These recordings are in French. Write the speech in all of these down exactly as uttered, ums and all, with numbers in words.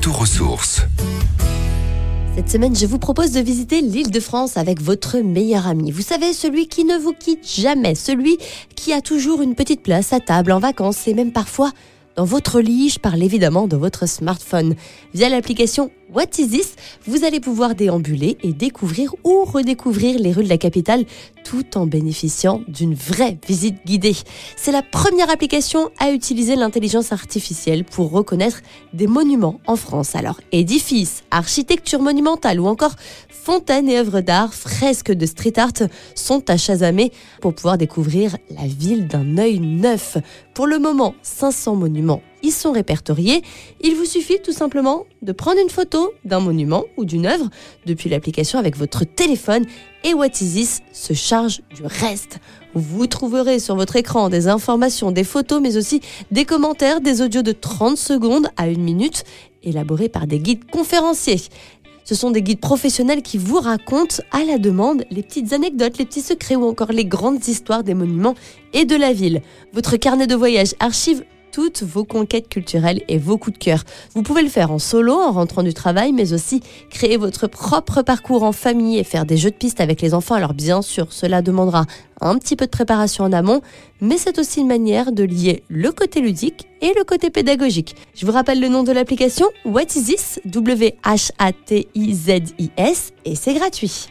Retour aux sources. Cette semaine, je vous propose de visiter l'Île-de-France avec votre meilleur ami. Vous savez, celui qui ne vous quitte jamais, celui qui a toujours une petite place à table, en vacances et même parfois dans votre lit. Je parle évidemment de votre smartphone. Via l'application What is this, vous allez pouvoir déambuler et découvrir ou redécouvrir les rues de la capitale tout en bénéficiant d'une vraie visite guidée. C'est la première application à utiliser l'intelligence artificielle pour reconnaître des monuments en France. Alors, édifices, architecture monumentale ou encore fontaines et œuvres d'art, fresques de street art sont à chasamer pour pouvoir découvrir la ville d'un œil neuf. Pour le moment, cinq cents monuments y sont répertoriés. Il vous suffit tout simplement de prendre une photo d'un monument ou d'une œuvre depuis l'application avec votre téléphone et What is this se charge du reste. Vous trouverez sur votre écran des informations, des photos, mais aussi des commentaires, des audios de trente secondes à une minute, élaborés par des guides conférenciers. Ce sont des guides professionnels qui vous racontent à la demande les petites anecdotes, les petits secrets ou encore les grandes histoires des monuments et de la ville. Votre carnet de voyage archive toutes vos conquêtes culturelles et vos coups de cœur. Vous pouvez le faire en solo, en rentrant du travail, mais aussi créer votre propre parcours en famille et faire des jeux de piste avec les enfants. Alors bien sûr, cela demandera un petit peu de préparation en amont, mais c'est aussi une manière de lier le côté ludique et le côté pédagogique. Je vous rappelle le nom de l'application, What is this, W H A T I Z I S, et c'est gratuit.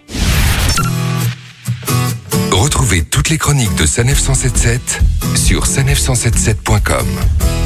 Retrouvez toutes les chroniques de Sanef cent soixante-dix-sept sur sanef cent soixante-dix-sept point com.